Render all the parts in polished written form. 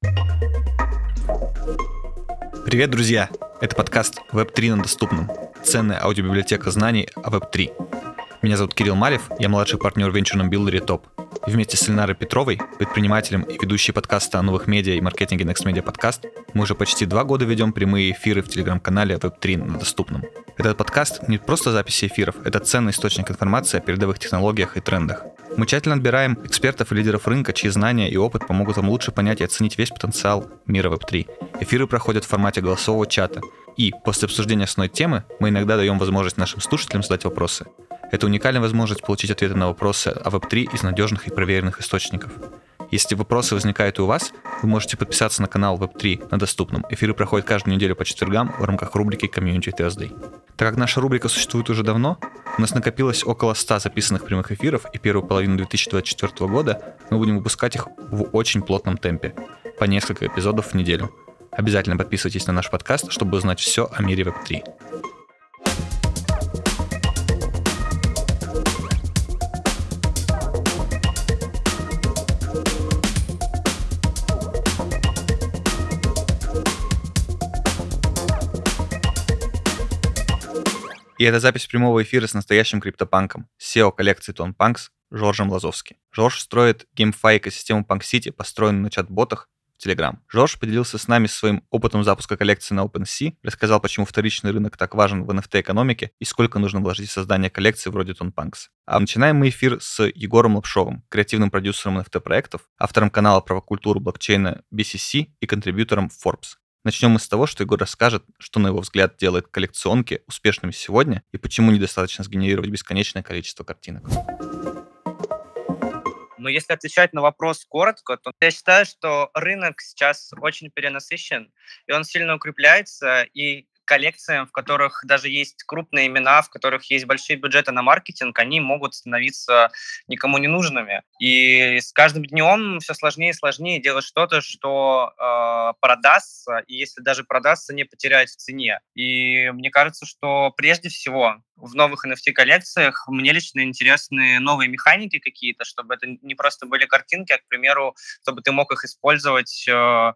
Привет, друзья! Это подкаст Web3 на доступном. Ценная аудиобиблиотека знаний о Web3. Меня зовут Кирилл Малев, я младший партнер в венчурном билдере ТОП. И вместе с Ильнарой Петровой, предпринимателем и ведущей подкаста о новых медиа и маркетинге Next Media Podcast, мы уже почти 2 года ведем прямые эфиры в телеграм-канале Web3 на доступном. Этот подкаст не просто записи эфиров, это ценный источник информации о передовых технологиях и трендах. Мы тщательно отбираем экспертов и лидеров рынка, чьи знания и опыт помогут вам лучше понять и оценить весь потенциал мира Web3. Эфиры проходят в формате голосового чата. И после обсуждения основной темы мы иногда даем возможность нашим слушателям задать вопросы. Это уникальная возможность получить ответы на вопросы о Web3 из надежных и проверенных источников. Если вопросы возникают и у вас, вы можете подписаться на канал Web3 на доступном. Эфиры проходят каждую неделю по четвергам в рамках рубрики Community Thursday. Так как наша рубрика существует уже давно, у нас накопилось около 100 записанных прямых эфиров, и первую половину 2024 года мы будем выпускать их в очень плотном темпе, по несколько эпизодов в неделю. Обязательно подписывайтесь на наш подкаст, чтобы узнать все о мире Web3. И это запись прямого эфира с настоящим криптопанком, SEO коллекции Tone Punks Жоржем Лазовски. Жорж строит GameFi экосистему Punk City, построенную на чат-ботах в Telegram. Жорж поделился с нами своим опытом запуска коллекции на OpenSea, рассказал, почему вторичный рынок так важен в NFT-экономике и сколько нужно вложить в создание коллекции вроде Tone Punks. А начинаем мы эфир с Егором Лапшовым, креативным продюсером NFT-проектов, автором канала про культуру блокчейна BCC и контрибьютором Forbes. Начнем мы с того, что Егор расскажет, что, на его взгляд, делает коллекционки успешными сегодня и почему недостаточно сгенерировать бесконечное количество картинок. Но если отвечать на вопрос коротко, то я считаю, что рынок сейчас очень перенасыщен, и он сильно укрепляется, и коллекциям, в которых даже есть крупные имена, в которых есть большие бюджеты на маркетинг, они могут становиться никому не нужными. И с каждым днем все сложнее и сложнее делать что-то, что продастся, и если даже продастся, не потеряет в цене. И мне кажется, что прежде всего в новых NFT-коллекциях мне лично интересны новые механики какие-то, чтобы это не просто были картинки, а, к примеру, чтобы ты мог их использовать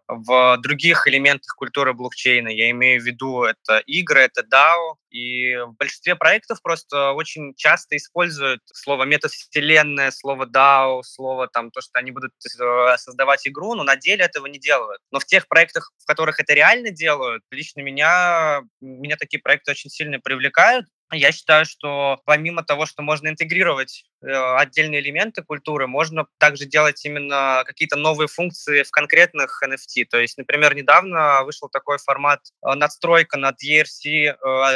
в других элементах культуры блокчейна. Я имею в виду это игры, это DAO. И в большинстве проектов просто очень часто используют слово метавселенная, слово DAO, слово там то, что они будут создавать игру, но на деле этого не делают. Но в тех проектах, в которых это реально делают, лично меня такие проекты очень сильно привлекают. Я считаю, что помимо того, что можно интегрировать отдельные элементы культуры, можно также делать именно какие-то новые функции в конкретных NFT. То есть, например, недавно вышел такой формат надстройка над ERC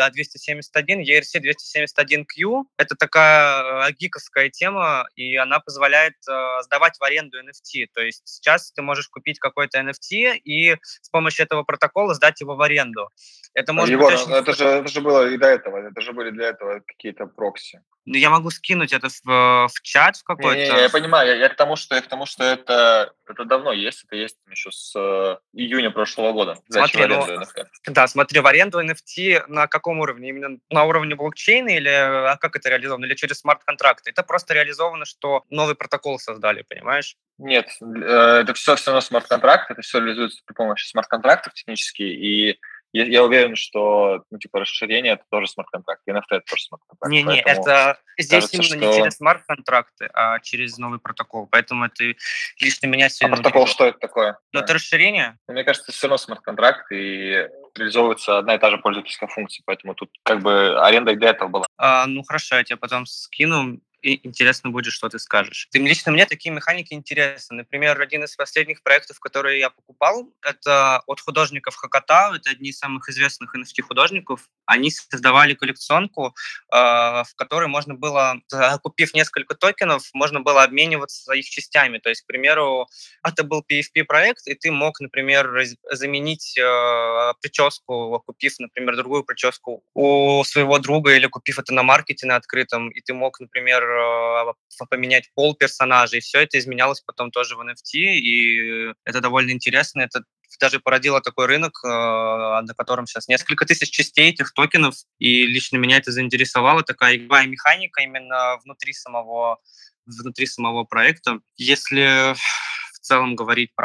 271, ERC 271Q. Это такая гиковская тема, и она позволяет сдавать в аренду NFT. То есть сейчас ты можешь купить какой-то NFT и с помощью этого протокола сдать его в аренду. Это может Егор, быть очень... это же было и до этого, это же были для этого какие-то прокси. Ну, я могу скинуть это в чат в какой-то. Не, я понимаю, я к тому, что это давно есть, это есть еще с июня прошлого года. Смотри, смотри, в аренду NFT на каком уровне? Именно на уровне блокчейна или как это реализовано? Или через смарт-контракты? Это просто реализовано, что новый протокол создали, понимаешь? Нет, это все равно смарт-контракт, это все реализуется при помощи смарт-контрактов технически, и я уверен, что расширение это тоже смарт-контракт, NFT это тоже смарт-контракт. Не, это здесь кажется, именно не через смарт-контракты, а через новый протокол. Поэтому это лично меня сильно протокол что это такое? Ну, это расширение. Мне кажется, это все равно смарт-контракт, и реализовывается одна и та же пользовательская функция, поэтому тут как бы аренда и до этого была. Ну, хорошо, я тебе потом скину. И интересно будет, что ты скажешь. Лично мне такие механики интересны. Например, один из последних проектов, которые я покупал, это от художников Хакатау. Это одни из самых известных NFT-художников. Они создавали коллекционку, в которой можно было, купив несколько токенов, можно было обмениваться их частями. То есть, к примеру, это был PFP-проект, и ты мог, например, заменить прическу, купив, например, другую прическу у своего друга или купив это на маркете на открытом, и ты мог, например, поменять пол персонажа, и все это изменялось потом тоже в NFT, и это довольно интересно, это даже породило такой рынок, на котором сейчас несколько тысяч частей этих токенов, и лично меня это заинтересовало, такая игровая механика именно внутри самого проекта. Если в целом говорить про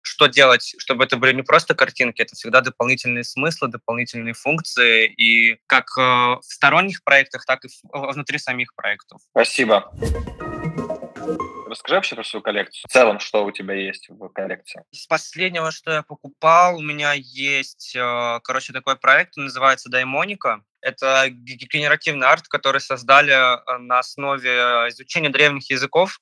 что делать, чтобы это были не просто картинки, это всегда дополнительные смыслы, дополнительные функции, и как в сторонних проектах, так и внутри самих проектов. Спасибо. Расскажи вообще про свою коллекцию. В целом, что у тебя есть в коллекции? Из последнего, что я покупал, у меня есть, такой проект, он называется Daimonica. Это генеративный арт, который создали на основе изучения древних языков.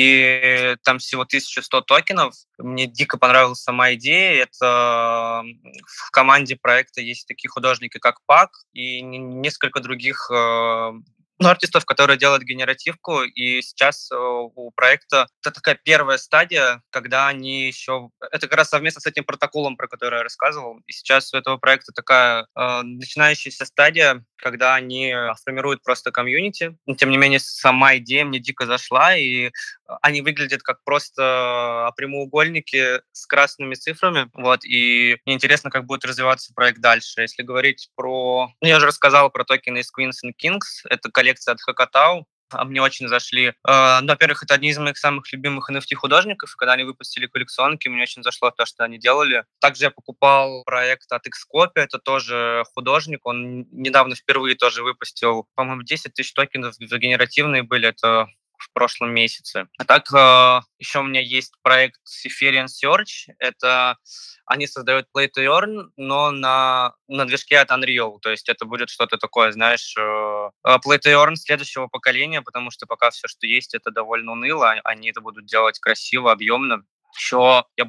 И там всего 1100 токенов. Мне дико понравилась сама идея. Это в команде проекта есть такие художники, как Пак, и несколько других артистов, которые делают генеративку, и сейчас у проекта это такая первая стадия, когда они еще... Это как раз совместно с этим протоколом, про который я рассказывал, и сейчас у этого проекта такая начинающаяся стадия, когда они формируют просто комьюнити. Но, тем не менее, сама идея мне дико зашла, и они выглядят как просто прямоугольники с красными цифрами. Вот, и мне интересно, как будет развиваться проект дальше. Если говорить про... Я уже рассказал про токены из Queens and Kings. Это коллекция от Hakatao. Мне очень зашли. Во-первых, это одни из моих самых любимых NFT-художников. Когда они выпустили коллекционки, мне очень зашло то, что они делали. Также я покупал проект от Xcopy. Это тоже художник. Он недавно впервые тоже выпустил, по-моему, 10 тысяч токенов генеративные были. Это в прошлом месяце. А так, еще у меня есть проект Ethereum Search. Это они создают Play to Earn, но на движке от Unreal. То есть это будет что-то такое, знаешь, Play to Earn следующего поколения, потому что пока все, что есть, это довольно уныло. Они это будут делать красиво, объемно. Еще я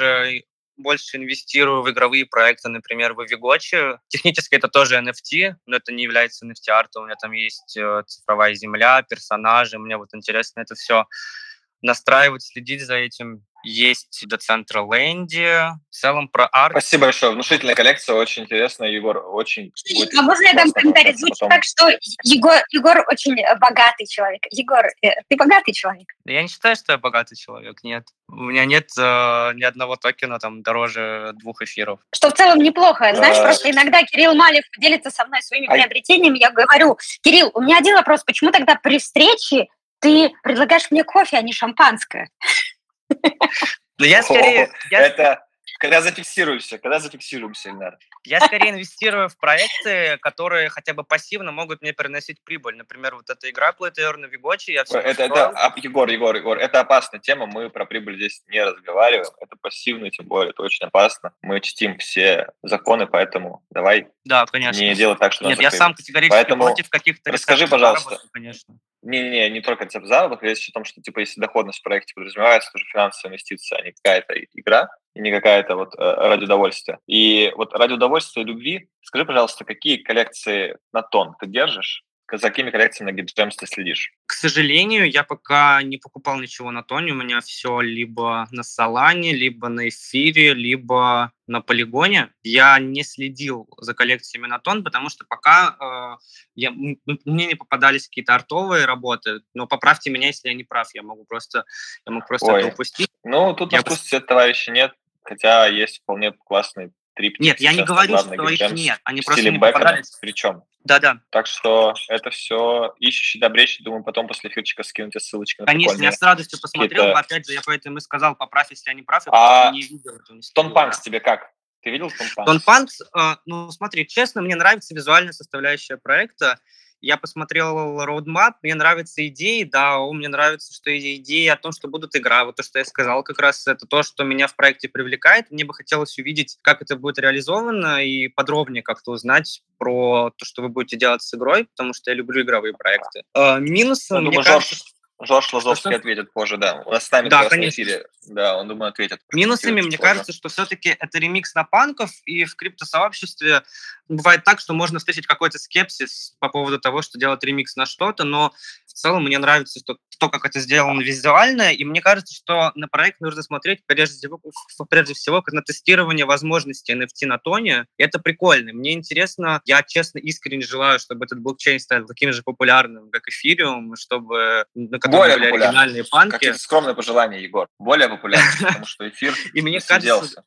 больше инвестирую в игровые проекты, например, в Вивигочи. Технически это тоже NFT, но это не является NFT-артом. У меня там есть цифровая земля, персонажи. Мне вот интересно это все настраивать, следить за этим. Есть Decentraland. В целом про арт. Спасибо большое. Внушительная коллекция, очень интересная. Егор, очень будет А можно я дам классно комментарий? пообщаться Звучит потом. так, что Егор очень богатый человек. Егор, ты богатый человек? Я не считаю, что я богатый человек, нет. У меня нет ни одного токена там дороже 2 эфиров. Что в целом неплохо. Знаешь, просто иногда Кирилл Малев делится со мной своими приобретениями. Я говорю: Кирилл, у меня один вопрос. Почему тогда при встрече ты предлагаешь мне кофе, а не шампанское? Но я скорее... Это когда зафиксируемся, Ильнар. Я скорее инвестирую в проекты, которые хотя бы пассивно могут мне приносить прибыль. Например, вот эта игра Play to Earn на Вигочи, я все Егор, это опасная тема, мы про прибыль здесь не разговариваем, это пассивно, тем более, это очень опасно. Мы чтим все законы, поэтому давай не делай так, что Нет, я сам категорически против каких-то расскажи, пожалуйста. Конечно. Не только рецепт заработка, речь о том, что если доходность в проекте подразумевается, это уже финансовая инвестиция, а не какая-то игра, и не какая-то ради удовольствия. И вот ради удовольствия и любви, скажи, пожалуйста, какие коллекции на тон ты держишь? За какими коллекциями на GitGems ты следишь? К сожалению, я пока не покупал ничего на тоне. У меня все либо на Солане, либо на Эфире, либо на Полигоне. Я не следил за коллекциями на тон, потому что пока мне не попадались какие-то артовые работы. Но поправьте меня, если я не прав. Я мог просто это упустить. Ну, тут на вкус цвет товарища нет, хотя есть вполне классные триптики. Нет, я не говорю, что их нет. Они просто не попадались. Причем. Да. Так что это все ищущий добречь. Думаю, потом после эфирчика скину тебе ссылочки на Конечно, я с радостью посмотрел, но опять же, я поэтому и сказал, поправь, если я не прав, я просто не видел этого. Тонпанкс тебе как? Ты видел Тонпанкс? Тонпанкс, смотри, честно, мне нравится визуальная составляющая проекта. Я посмотрел roadmap, мне нравятся идеи, да, мне нравится, что идеи о том, что будут игра, вот то, что я сказал, как раз это то, что меня в проекте привлекает. Мне бы хотелось увидеть, как это будет реализовано и подробнее как-то узнать про то, что вы будете делать с игрой, потому что я люблю игровые проекты. Минусом, мне кажется... Жорж Лазовский ответит позже, да. У нас с нами да, в эфире. Да, он, думаю, ответит. Минусами, мне кажется, что все-таки это ремикс на панков, и в криптосообществе бывает так, что можно встретить какой-то скепсис по поводу того, что делать ремикс на что-то, но в целом мне нравится то, как это сделано визуально, и мне кажется, что на проект нужно смотреть прежде всего как на тестирование возможностей NFT на тоне. И это прикольно. Мне интересно, я честно искренне желаю, чтобы этот блокчейн стал таким же популярным, как эфириум, чтобы на котором были оригинальные панки. Какие-то скромные пожелания, Егор. Более популярным, потому что эфир и мне кажется,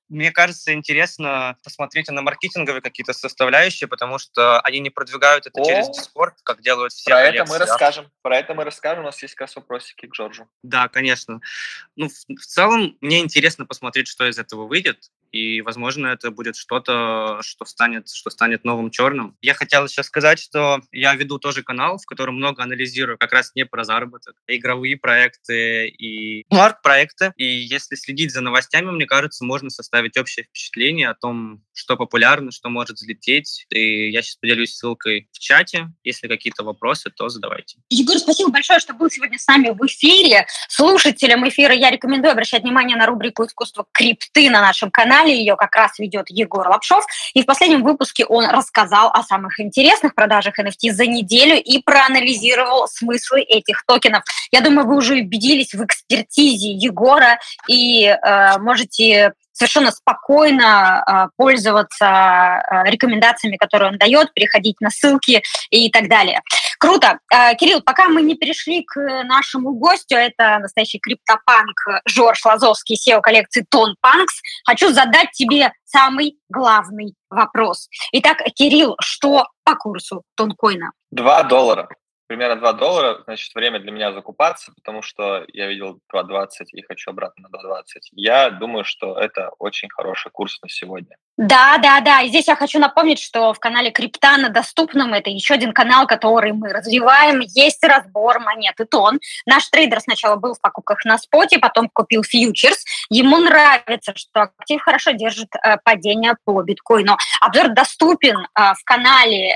Мне кажется, интересно посмотреть на маркетинговые какие-то составляющие, потому что они не продвигают это через Discord, как делают все коллекции. Про это мы расскажем. У нас есть как раз вопросики к Джорджу. Да, конечно. В целом, мне интересно посмотреть, что из этого выйдет. И, возможно, это будет что-то, что станет новым черным. Я хотел еще сказать, что я веду тоже канал, в котором много анализирую как раз не про заработок, а игровые проекты и смарт-проекты. И если следить за новостями, мне кажется, можно составить общее впечатление о том, что популярно, что может взлететь. И я сейчас поделюсь ссылкой в чате. Если какие-то вопросы, то задавайте. Егор, спасибо большое, что был сегодня с нами в эфире. Слушателям эфира я рекомендую обращать внимание на рубрику «Искусство крипты» на нашем канале. Ее как раз ведет Егор Лапшов. И в последнем выпуске он рассказал о самых интересных продажах NFT за неделю и проанализировал смыслы этих токенов. Я думаю, вы уже убедились в экспертизе Егора и можете совершенно спокойно пользоваться рекомендациями, которые он дает, переходить на ссылки и так далее. Круто. Кирилл, пока мы не перешли к нашему гостю, это настоящий криптопанк Жорж Лазовский, SEO коллекции Ton Punks, хочу задать тебе самый главный вопрос. Итак, Кирилл, что по курсу тонкоина? $2. Примерно $2, значит, время для меня закупаться, потому что я видел 2.20 и хочу обратно на 2.20. Я думаю, что это очень хороший курс на сегодня. Да. И здесь я хочу напомнить, что в канале Крипта на Доступном, это еще один канал, который мы развиваем, есть разбор монеты Тон. Наш трейдер сначала был в покупках на споте, потом купил фьючерс. Ему нравится, что актив хорошо держит падение по биткоину. Обзор доступен в канале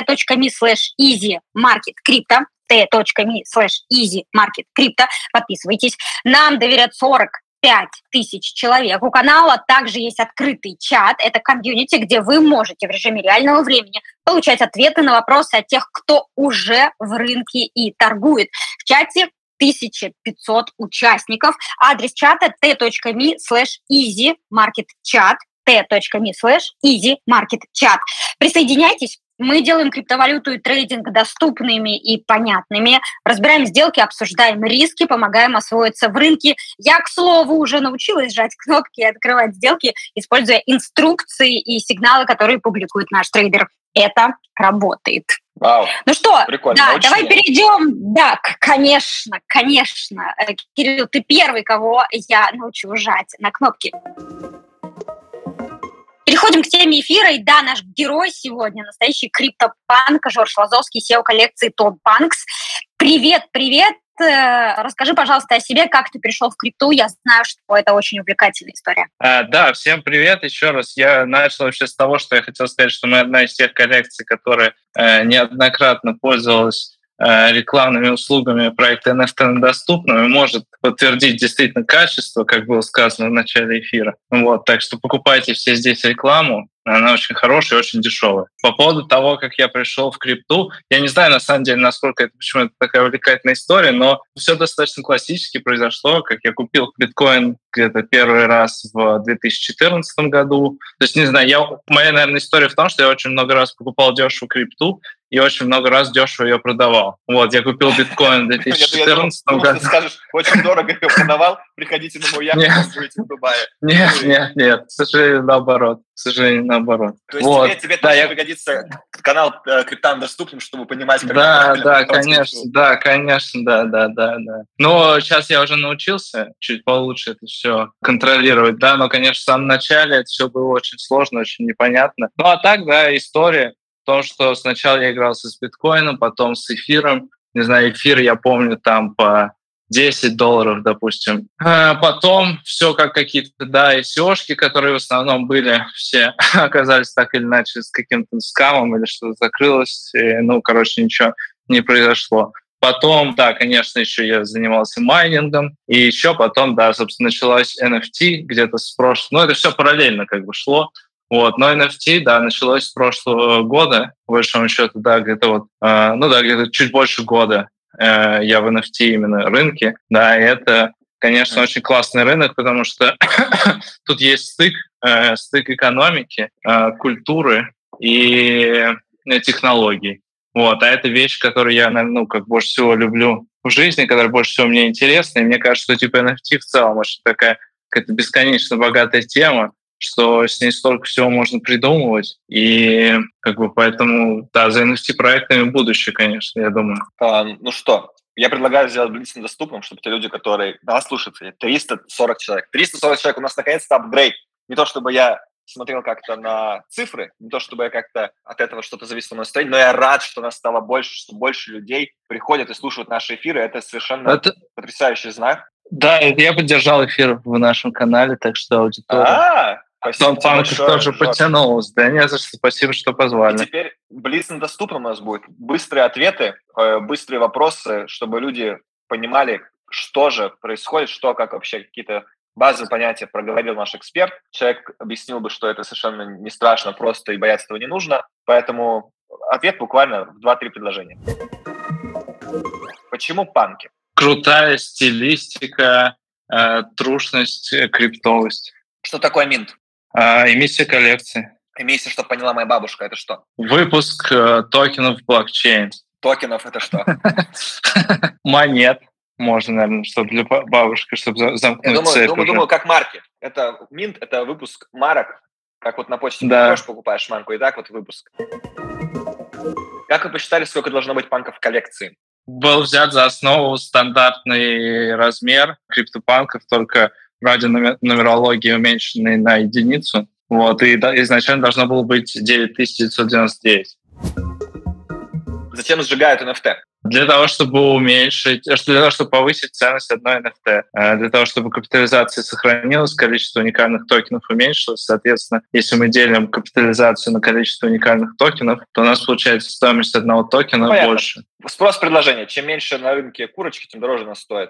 t.me/easymarketcrypto. t.me/easymarketcrypto. Подписывайтесь. Нам доверят 45 тысяч человек. У канала также есть открытый чат. Это комьюнити, где вы можете в режиме реального времени получать ответы на вопросы от тех, кто уже в рынке и торгует. В чате 1500 участников. Адрес чата t.me/easymarketchat. t.me/easymarketchat. Присоединяйтесь. Мы делаем криптовалюту и трейдинг доступными и понятными, разбираем сделки, обсуждаем риски, помогаем освоиться в рынке. Я, к слову, уже научилась жать кнопки и открывать сделки, используя инструкции и сигналы, которые публикует наш трейдер. Это работает. Вау, ну что, прикольно. Да, давай перейдем. Да, конечно. Кирилл, ты первый, кого я научу жать на кнопки. Переходим к теме эфира. И да, наш герой сегодня настоящий криптопанк Жорж Лазовский, SEO коллекции Ton Punks. Привет. Расскажи, пожалуйста, о себе, как ты пришел в крипту. Я знаю, что это очень увлекательная история. Да, всем привет еще раз. Я начал вообще с того, что я хотел сказать, что мы одна из тех коллекций, которая неоднократно пользовалась рекламными услугами проекта NFT на Доступном и может подтвердить действительно качество, как было сказано в начале эфира. Вот, так что покупайте все здесь рекламу. Она очень хорошая и очень дешевая. По поводу того, как я пришел в крипту, я не знаю, на самом деле, почему это такая увлекательная история, но все достаточно классически произошло, как я купил биткоин где-то первый раз в 2014 году. То есть, не знаю, моя, наверное, история в том, что я очень много раз покупал дешево крипту и очень много раз дешево ее продавал. Вот, я купил биткоин в 2014 году. Ты скажешь, очень дорого ее продавал, приходите на мою яхту, будете в Дубае. Нет, к сожалению, наоборот. То есть тебе тоже пригодится канал Криптам доступным, чтобы понимать, как Да, конечно. Но сейчас я уже научился чуть получше это все контролировать, да, но, конечно, в самом начале это все было очень сложно, очень непонятно. Ну, а так, да, история. То, что сначала я игрался с биткоином, потом с эфиром. Не знаю, эфир я помню там по $10, допустим. А потом все как какие-то, да, ICO-шки, которые в основном были, все оказались так или иначе с каким-то скамом или что-то закрылось. И, ничего не произошло. Потом, да, конечно, еще я занимался майнингом. И еще потом, да, собственно, началось NFT где-то с прошлого. Это все параллельно как бы шло. Вот, но NFT, да, началось с прошлого года, по большому счету, да, где-то где-то чуть больше года я в NFT именно рынке, да, и это, конечно, очень классный рынок, потому что тут есть стык экономики, культуры и технологий. Вот, а это вещь, которую я, наверное, больше всего люблю в жизни, которая больше всего мне интересна, и мне кажется, что NFT в целом очень такая какая-то бесконечно богатая тема, что с ней столько всего можно придумывать. И как бы поэтому, да, за NFT-проектами будущее, конечно, я думаю. Ну что, я предлагаю сделать Блиц недоступным, чтобы те люди, которые... Да, слушайте, 340 человек. 340 человек, у нас наконец-то апгрейд. Не то, чтобы я смотрел как-то на цифры, не то, чтобы я как-то от этого что-то зависело на настроение, но я рад, что нас стало больше, что больше людей приходят и слушают наши эфиры. Это совершенно потрясающий знак. Да, я поддержал эфир в нашем канале, так что аудитория... Спасибо тебе большое, тоже подтянулась. Да не за что, спасибо, что позвали. И теперь Блиц недоступным у нас будет. Быстрые ответы, быстрые вопросы, чтобы люди понимали, что же происходит, что, как вообще какие-то базовые понятия проговорил наш эксперт. Человек объяснил бы, что это совершенно не страшно, просто и бояться этого не нужно. Поэтому ответ буквально в 2-3 предложения. Почему панки? Крутая стилистика, трушность, криптовость. Что такое минт? Эмиссия коллекции. Эмиссия, чтобы поняла моя бабушка, это что? Выпуск токенов блокчейн. Токенов это что? Монет. Можно, наверное, чтобы для бабушки, чтобы замкнуть цепь. Думаю, как марки. Это минт, это выпуск марок. Как вот на почте покупаешь марку, и так вот выпуск. Как вы посчитали, сколько должно быть панков в коллекции? Был взят за основу стандартный размер криптопанков, только ради нумерологии уменьшенный на единицу. Вот, и изначально должно было быть 9999. Зачем сжигают NFT? Для того, чтобы уменьшить, для того, чтобы повысить ценность одной NFT, для того, чтобы капитализация сохранилась, количество уникальных токенов уменьшилось. Соответственно, если мы делим капитализацию на количество уникальных токенов, то у нас получается стоимость одного токена больше. Спрос-предложение. Чем меньше на рынке курочки, тем дороже она стоит.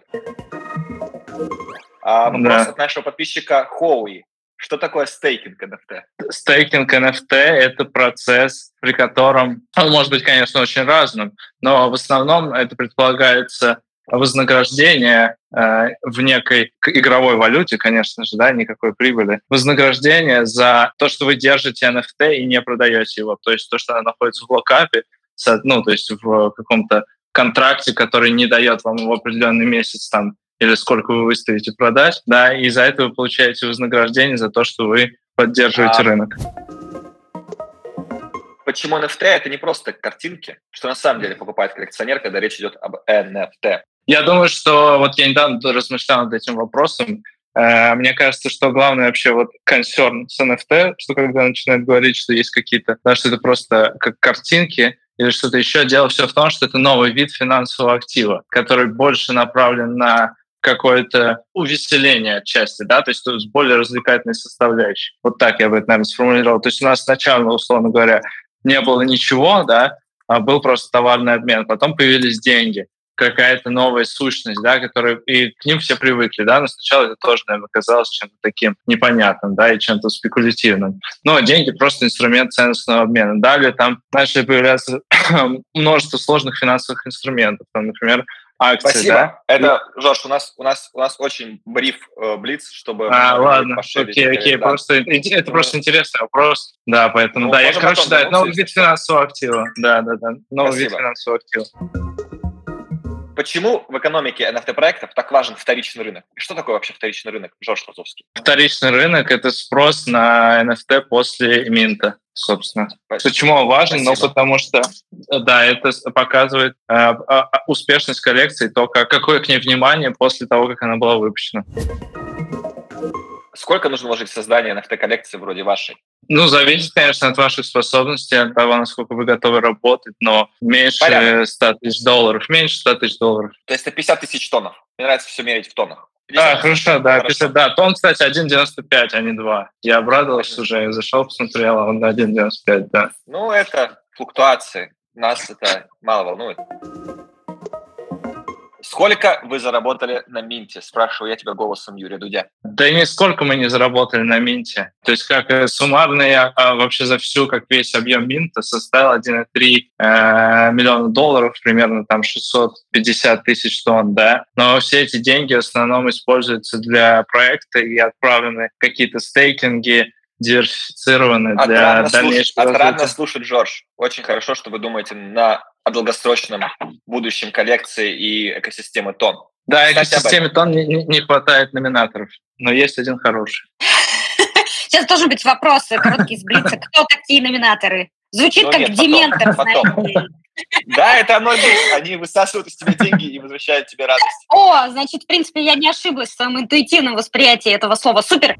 Вопрос от нашего подписчика Хоуи. Что такое стейкинг NFT? Стейкинг NFT — это процесс, при котором он может быть, конечно, очень разным, но в основном это предполагается вознаграждение в некой игровой валюте, конечно же, да, никакой прибыли. Вознаграждение за то, что вы держите NFT и не продаете его. То есть то, что оно находится в локапе, ну, то есть в каком-то контракте, который не дает вам в определенный месяц там или сколько вы выставите продать, да, и за это вы получаете вознаграждение за то, что вы поддерживаете рынок. Почему NFT — это не просто картинки, что на самом деле покупает коллекционер, когда речь идет об NFT? Я думаю, что вот я недавно размышлял над этим вопросом. Мне кажется, что главное вообще вот консерн с NFT, что когда начинают говорить, что есть какие-то, да, что это просто как картинки или что-то еще, дело все в том, что это новый вид финансового актива, который больше направлен на какое-то увеселение отчасти, да, то есть с более развлекательной составляющей. Вот так я бы это, наверное, сформулировал. То есть у нас сначала, условно говоря, не было ничего, да, а был просто товарный обмен. Потом появились деньги, какая-то новая сущность, да, которая, и к ним все привыкли, да, но сначала это тоже, наверное, казалось чем-то таким непонятным, да, и чем-то спекулятивным. Но деньги — просто инструмент ценностного обмена. Далее там начали появляться множество сложных финансовых инструментов, там, например, акции. Спасибо. Да? Это, Жош, у нас очень бриф блиц, чтобы... ладно, окей, да. Это просто интересный вопрос. Да, поэтому, да, я, короче, да, это новый вид финансового актива. Да, новый вид финансового актива. Почему в экономике NFT-проектов так важен вторичный рынок? И что такое вообще вторичный рынок, Жош Лазовский? Вторичный рынок — это спрос на NFT после минта, собственно. Спасибо. Почему он важен? Спасибо. Ну, потому что, да, это показывает успешность коллекции, то, какое к ней внимание после того, как она была выпущена. Сколько нужно вложить в создание NFT-коллекции вроде вашей? Ну, зависит, конечно, от ваших способностей, от того, насколько вы готовы работать, но меньше $100 000. Меньше $100 000. То есть это 50 тысяч тоннов. Мне нравится все мерить в тоннах. Да, хорошо, да, 50, да. Тон, кстати, 1,95, а не 2. Я обрадовался уже, я зашел, посмотрел, а он на 1,95, да. Ну, это флуктуации. Нас это мало волнует. Сколько вы заработали на минте? Спрашиваю я тебя голосом Юрия Дудя. Да нисколько мы не заработали на минте. То есть как суммарный вообще за всю, как весь объем минта составил $1,3 миллиона, примерно там 650 тысяч тонн, да. Но все эти деньги в основном используются для проекта и отправлены какие-то стейкинги, диверсифицированы для дальнейшего развития. Отрадно слушать, Джордж. Очень хорошо, что вы думаете о долгосрочном будущем коллекции и экосистемы тон. Да, экосистеме тон не хватает номинаторов, но есть один хороший. Сейчас должен быть вопрос короткий с блица. Кто такие номинаторы? Звучит как нет, дементор, потом. знаете. Да, это оно есть. Они высасывают из тебя деньги и возвращают тебе радость. О, значит, в принципе, я не ошиблась в своем интуитивном восприятии этого слова. Супер!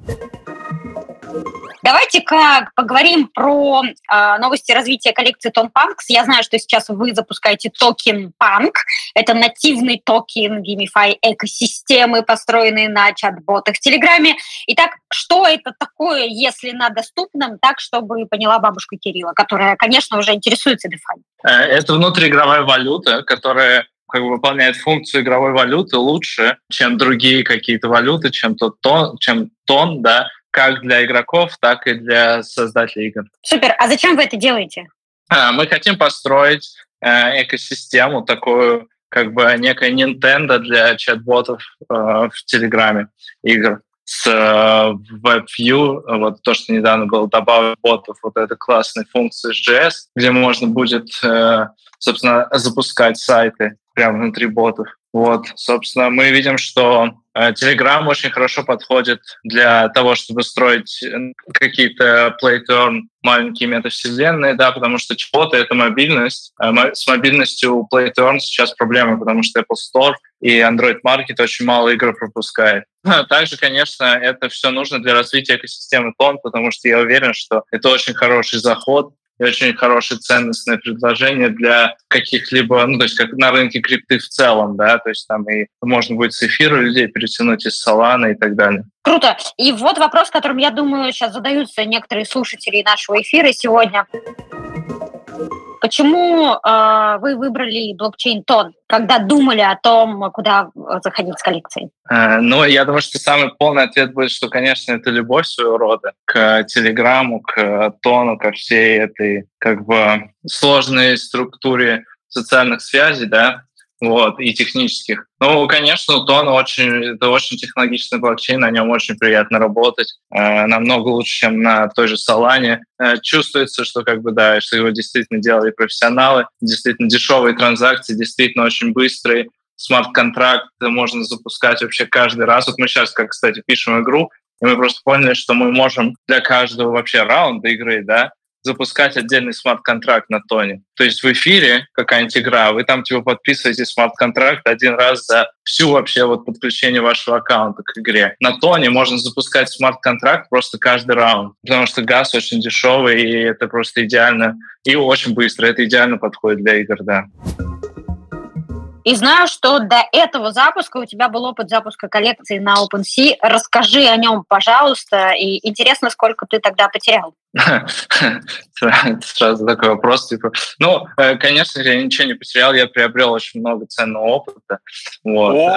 Давайте-ка поговорим про новости развития коллекции Tone Punks. Я знаю, что сейчас вы запускаете токен Punk. Это нативный токен GameFi экосистемы, построенный на чат-ботах в Телеграме. Итак, что это такое, если на доступном, так, чтобы поняла бабушка Кирилла, которая, конечно, уже интересуется DeFi? Это внутриигровая валюта, которая выполняет функцию игровой валюты лучше, чем другие какие-то валюты, чем тон, да, как для игроков, так и для создателей игр. Супер. А зачем вы это делаете? Мы хотим построить экосистему, такую некая Nintendo для чат-ботов в Телеграме игр с WebView, вот то, что недавно было добавлено ботов, вот этой классной функции с JS, где можно будет, собственно, запускать сайты прямо внутри ботов. Вот, собственно, мы видим, что Telegram очень хорошо подходит для того, чтобы строить какие-то play-to-earn маленькие метавселенные, да, потому что чего-то это мобильность. С мобильностью у play-to-earn сейчас проблема, потому что Apple Store и Android Market очень мало игр пропускает. Также, конечно, это все нужно для развития экосистемы Tone, потому что я уверен, что это очень хороший заход и очень хорошее ценностное предложение для каких-либо, то есть как на рынке крипты в целом, да, то есть там и можно будет с эфира людей перетянуть из Solana и так далее. Круто. И вот вопрос, которым, я думаю, сейчас задаются некоторые слушатели нашего эфира сегодня. Почему вы выбрали блокчейн Tone, когда думали о том, куда заходить с коллекцией? Я думаю, что самый полный ответ будет, что, конечно, это любовь своего рода к Телеграму, к Тону, ко всей этой сложной структуре социальных связей, да, вот, и технических. Конечно, Тон это очень технологичный блокчейн, на нем очень приятно работать, намного лучше, чем на той же Solana. Чувствуется, что что его действительно делали профессионалы, действительно дешевые транзакции, действительно очень быстрые, смарт-контракт можно запускать вообще каждый раз. Вот мы сейчас, кстати, пишем игру, и мы просто поняли, что мы можем для каждого вообще раунда игры, да, запускать отдельный смарт-контракт на Тоне. То есть в эфире какая-нибудь игра, вы там подписываете смарт-контракт один раз за всю вообще подключение вашего аккаунта к игре. На Тоне можно запускать смарт-контракт просто каждый раунд, потому что газ очень дешевый, и это просто идеально, и очень быстро. Это идеально подходит для игр, да. И знаю, что до этого запуска у тебя был опыт запуска коллекции на OpenSea. Расскажи о нем, пожалуйста. И интересно, сколько ты тогда потерял? Сразу такой вопрос. Конечно, я ничего не потерял. Я приобрел очень много ценного опыта. Вот.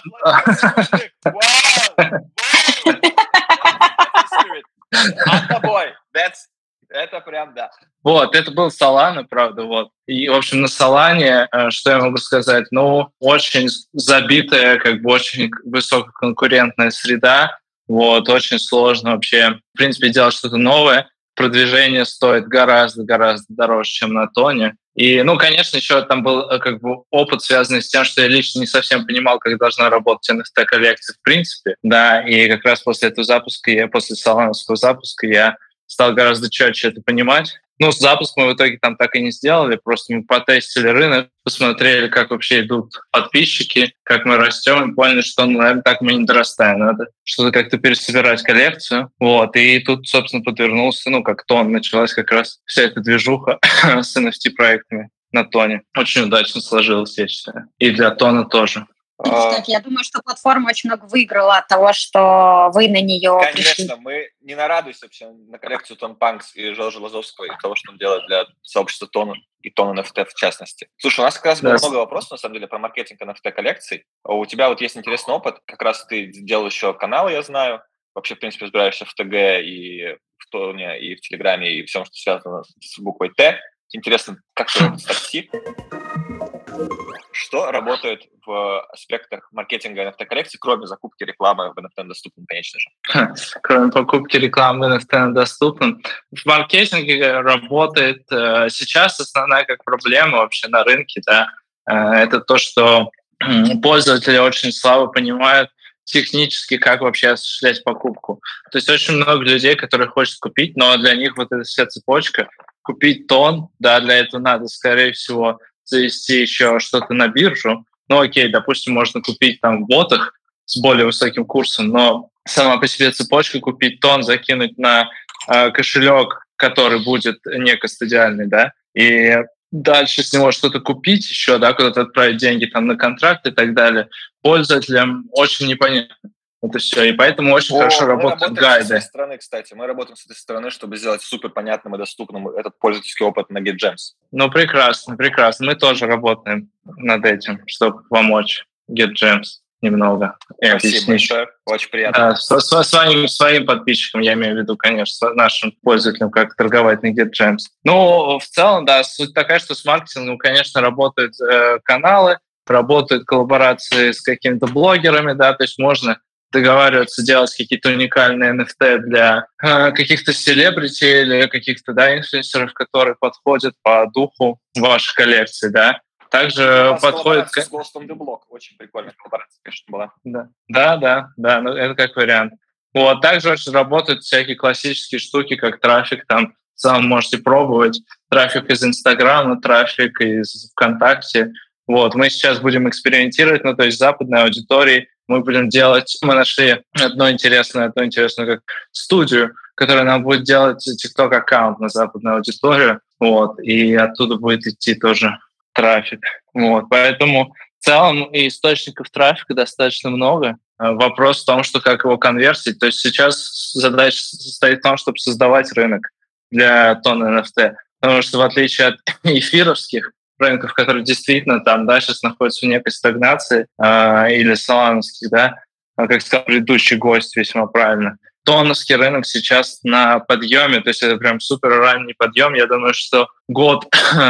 Это прям да. Вот, это был Solana, правда, вот. И, в общем, на Solana, что я могу сказать, очень забитая, очень высококонкурентная среда, вот, очень сложно вообще, в принципе, делать что-то новое. Продвижение стоит гораздо дороже, чем на Тоне. И, конечно, еще там был опыт, связанный с тем, что я лично не совсем понимал, как должна работать NFT-коллекция в принципе, да, и как раз после этого запуска, после солановского запуска я стал гораздо четче это понимать. Запуск мы в итоге там так и не сделали, просто мы потестили рынок, посмотрели, как вообще идут подписчики, как мы растем, и поняли, что, наверное, так мы не дорастаем. Надо что-то как-то пересобирать коллекцию. Вот, и тут, собственно, подвернулся, как Тон, началась как раз вся эта движуха с NFT-проектами на Тоне. Очень удачно сложилось, я считаю. И для Тона тоже. Кстати, я думаю, что платформа очень много выиграла от того, что вы на нее пришли. Конечно, мы не нарадуемся вообще на коллекцию Tone Punks и Жоржа Лазовского и того, что он делает для сообщества Тона и Тона NFT в частности. Слушай, у нас как раз было много вопросов, на самом деле, про маркетинг NFT-коллекций. У тебя есть интересный опыт, как раз ты делал еще каналы, я знаю, вообще, в принципе, разбираешься в ТГ и в Тоне, и в Телеграме, и всем, что связано с буквой Т. Интересно, как ты работаешь с такси? Что работает в аспектах маркетинга NFT-коллекций, кроме закупки рекламы в NFT-доступном, конечно же? Кроме покупки рекламы в NFT-доступном. В маркетинге работает сейчас основная проблема вообще на рынке, да, это то, что пользователи очень слабо понимают технически, как вообще осуществлять покупку. То есть очень много людей, которые хотят купить, но для них вот эта вся цепочка, купить тон, да, для этого надо, скорее всего, завести еще что-то на биржу. Ну окей, допустим, можно купить там в ботах с более высоким курсом, но сама по себе цепочка, купить тон, закинуть на кошелек, который будет не кастодиальный, да, и дальше с него что-то купить еще, да, куда-то отправить деньги там на контракт и так далее, пользователям очень непонятно это все. И поэтому очень хорошо работают гайды. С этой стороны, кстати, мы работаем с этой стороны, чтобы сделать супер понятным и доступным этот пользовательский опыт на GetGems. Ну, прекрасно, прекрасно. Мы тоже работаем над этим, чтобы помочь GetGems немного. Спасибо большое, очень приятно. Да, своим подписчикам, я имею в виду, конечно, нашим пользователям, как торговать на GetGems. Ну, в целом, да, суть такая, что с маркетингом, конечно, работают каналы, работают коллаборации с какими-то блогерами, да, то есть можно договариваться, делать какие-то уникальные NFT для каких-то селебрити или каких-то, да, инфлюенсеров, которые подходят по духу вашей коллекции, да. Также подходит... с Ghost on the Block. Очень прикольная коллаборация, конечно, была. Да, ну, это как вариант. Вот, также очень работают всякие классические штуки, как трафик, там сам можете пробовать, трафик из Инстаграма, трафик из ВКонтакте. Вот, мы сейчас будем экспериментировать, ну, то есть с западной аудиторией мы будем делать, мы нашли одну интересную как студию, которая нам будет делать TikTok-аккаунт на западную аудиторию, вот, и оттуда будет идти тоже трафик. Вот, поэтому в целом и источников трафика достаточно много. Вопрос в том, что как его конвертить. То есть сейчас задача состоит в том, чтобы создавать рынок для тонн NFT. Потому что в отличие от эфировских рынков, которые действительно там, да, сейчас находятся в некой стагнации, или солановских, да, как сказал предыдущий гость весьма правильно, тонновский рынок сейчас на подъеме, то есть это прям супер ранний подъем. Я думаю, что год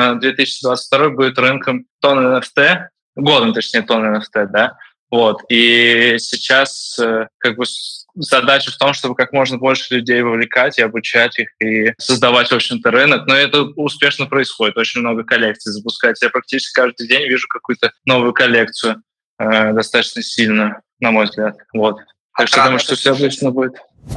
2022 будет рынком тонн NFT, годом, точнее, тонн NFT, да. Вот. И сейчас как бы задача в том, чтобы как можно больше людей вовлекать и обучать их, и создавать, в общем-то, рынок. Но это успешно происходит. Очень много коллекций запускать. Я практически каждый день вижу какую-то новую коллекцию, достаточно сильную, на мой взгляд. Вот. Так что думаю, что все отлично будет.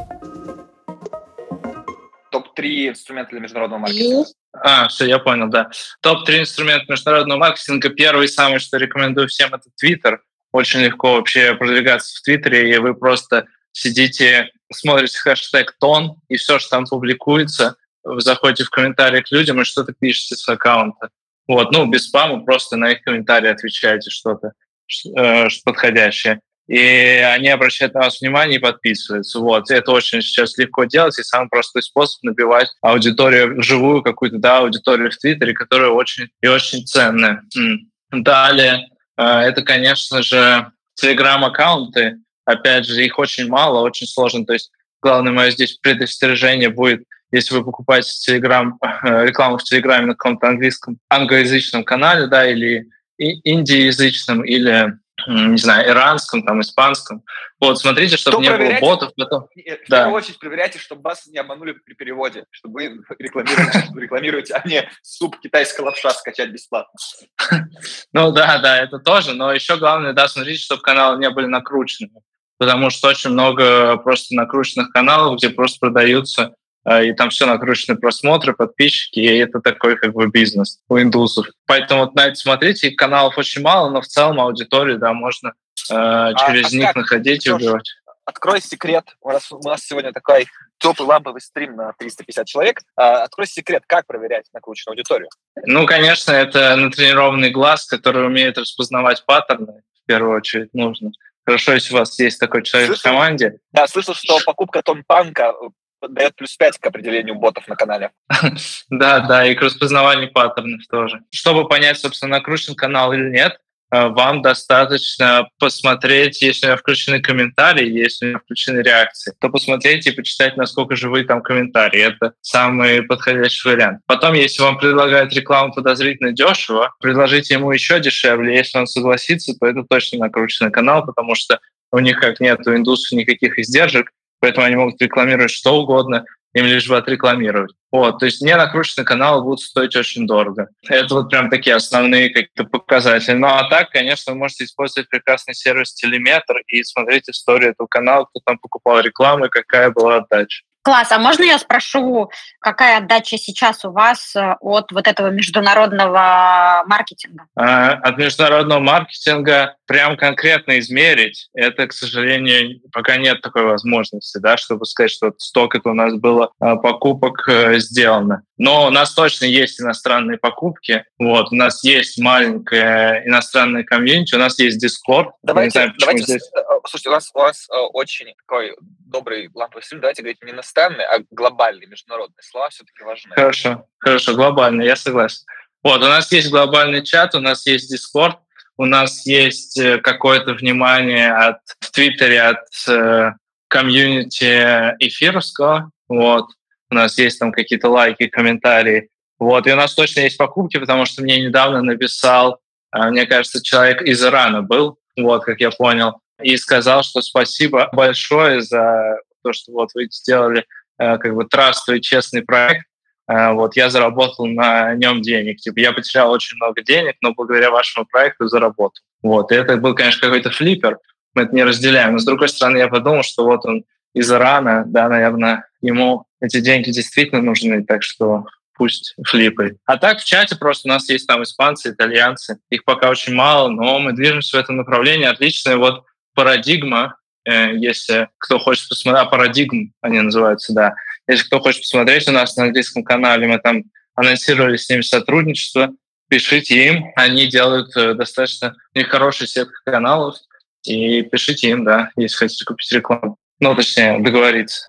Топ-3 инструмента для международного маркетинга. Все, я понял, да. Топ-3 инструмента международного маркетинга. Первый, самый, что рекомендую всем, это Twitter. Очень легко вообще продвигаться в Твиттере, и вы просто сидите, смотрите хэштег «тон», и все, что там публикуется, вы заходите в комментарии к людям и что-то пишете с аккаунта. Вот, ну, без спама, просто на их комментарии отвечаете что-то подходящее. И они обращают на вас внимание и подписываются. Вот. И это очень сейчас легко делать, и самый простой способ набивать аудиторию, живую какую-то, да, аудиторию в Твиттере, которая очень и очень ценная. Далее, это, конечно же, Telegram-аккаунты. Опять же, их очень мало, очень сложно. То есть главное мое здесь предостережение будет, если вы покупаете рекламу в Телеграме на каком-то англоязычном канале, да, или индиязычном, или, не знаю, иранском, там, испанском. Вот, смотрите, чтобы не было ботов. В первую очередь проверяйте, чтобы вас не обманули при переводе, чтобы вы рекламируете, а не суп китайская лапша скачать бесплатно. Ну да, это тоже, но еще главное, да, смотрите, чтобы каналы не были накручены, потому что очень много просто накрученных каналов, где просто продаются, и там все накручены просмотры, подписчики, и это такой как бы бизнес у индусов. Поэтому вот на это смотрите, каналов очень мало, но в целом аудиторию, да, можно через них находить и убивать. Открой секрет. У нас сегодня такой теплый ламповый стрим на 350 человек. Открой секрет, как проверять накрученную аудиторию. Ну, конечно, это натренированный глаз, который умеет распознавать паттерны, в первую очередь, нужно. Хорошо, если у вас есть такой человек в команде. Да, слышал, что покупка Томпанка дает +5 к определению ботов на канале. Да, и к распознаванию паттернов тоже. Чтобы понять, собственно, накручен канал или нет, вам достаточно посмотреть, если у меня включены комментарии, если у меня включены реакции, то посмотреть и почитать, насколько живые там комментарии. Это самый подходящий вариант. Потом, если вам предлагают рекламу подозрительно дешево, предложите ему еще дешевле. Если он согласится, то это точно накрученный канал, потому что у них как нет у индусов никаких издержек, поэтому они могут рекламировать что угодно. им лишь бы отрекламировать. Вот, то есть не накрученные каналы будут стоить очень дорого. Это вот прям такие основные какие-то показатели. Ну а так, конечно, вы можете использовать прекрасный сервис Телеметр и смотреть историю этого канала, кто там покупал рекламу и какая была отдача. Класс. А можно я спрошу, какая отдача сейчас у вас от вот этого международного маркетинга? От международного маркетинга прям конкретно измерить, это, к сожалению, пока нет такой возможности, да, чтобы сказать, что столько-то у нас было покупок сделано. Но у нас точно есть иностранные покупки. Вот, у нас есть маленькая иностранная комьюнити, у нас есть Discord. Давайте, слушайте, у вас очень такой добрый ламповый стиль. Давайте говорить не иностранный, а глобальный, международные слова все-таки важны. Хорошо, глобальный, я согласен. Вот, у нас есть глобальный чат, у нас есть Discord, у нас есть какое-то внимание в Твиттере от комьюнити эфировского. Вот. У нас есть там какие-то лайки, комментарии. Вот. И у нас точно есть покупки, потому что мне недавно написал, мне кажется, человек из Ирана был, вот, как я понял, и сказал, что спасибо большое за то, что вот вы сделали как бы трастовый честный проект. Вот, я заработал на нем денег. Типа, я потерял очень много денег, но благодаря вашему проекту заработал. Вот, и это был, конечно, какой-то флиппер. Мы это не разделяем. Но, с другой стороны, я подумал, что вот он из Ирана, да, наверное, ему эти деньги действительно нужны, так что пусть флипает. А так в чате просто у нас есть там испанцы, итальянцы. Их пока очень мало, но мы движемся в этом направлении. Отличная вот парадигма, если кто хочет посмотреть, парадигм они называются, да. Если кто хочет посмотреть у нас на английском канале, мы там анонсировали с ними сотрудничество, пишите им, они делают достаточно, у них хороший сеть каналов, и пишите им, да, если хотите купить рекламу. Ну, точнее, договориться.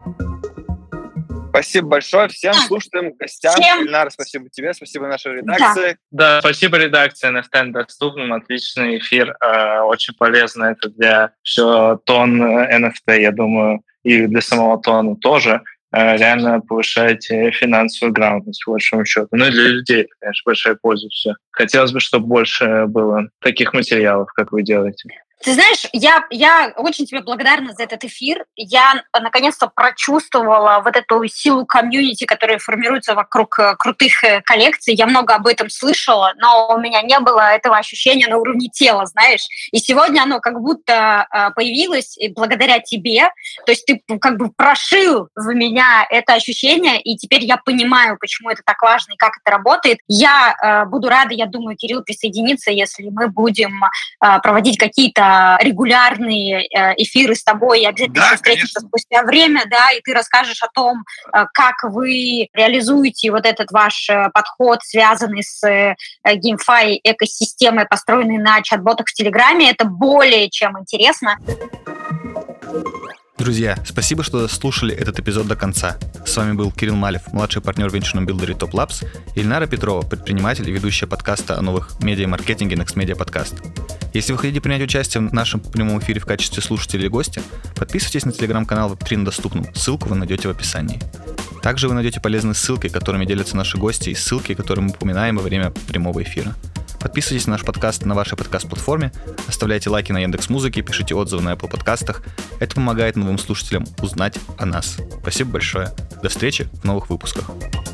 Спасибо большое всем слушателям, гостям. Ильнар, спасибо тебе, спасибо нашей редакции. Да, спасибо редакции NFT доступным, отличный эфир, очень полезно это для все тон NFT, я думаю, и для самого тона тоже. Реально повышаете финансовую грамотность, по большому счету. Ну и для людей, это, конечно, большая польза все. Хотелось бы, чтобы больше было таких материалов, как вы делаете. Ты знаешь, я очень тебе благодарна за этот эфир. Я наконец-то прочувствовала вот эту силу комьюнити, которая формируется вокруг крутых коллекций. Я много об этом слышала, но у меня не было этого ощущения на уровне тела, знаешь. И сегодня оно как будто появилось благодаря тебе. То есть ты как бы прошил в меня это ощущение, и теперь я понимаю, почему это так важно и как это работает. Я буду рада, я думаю, Кирилл присоединится, если мы будем проводить какие-то регулярные эфиры с тобой, и обязательно встретимся спустя время, да, и ты расскажешь о том, как вы реализуете вот этот ваш подход, связанный с GameFi экосистемой, построенной на чат-ботах в Телеграме. Это более чем интересно. Друзья, спасибо, что слушали этот эпизод до конца. С вами был Кирилл Малев, младший партнер в венчурном билдере Top Labs, и Ильнара Петрова, предприниматель и ведущая подкаста о новых медиа-маркетинге Next Media Podcast. Если вы хотите принять участие в нашем прямом эфире в качестве слушателя или гостя, подписывайтесь на телеграм-канал Web3 на доступном, ссылку вы найдете в описании. Также вы найдете полезные ссылки, которыми делятся наши гости, и ссылки, которые мы упоминаем во время прямого эфира. Подписывайтесь на наш подкаст на вашей подкаст-платформе, оставляйте лайки на Яндекс.Музыке, пишите отзывы на Apple подкастах. Это помогает новым слушателям узнать о нас. Спасибо большое. До встречи в новых выпусках.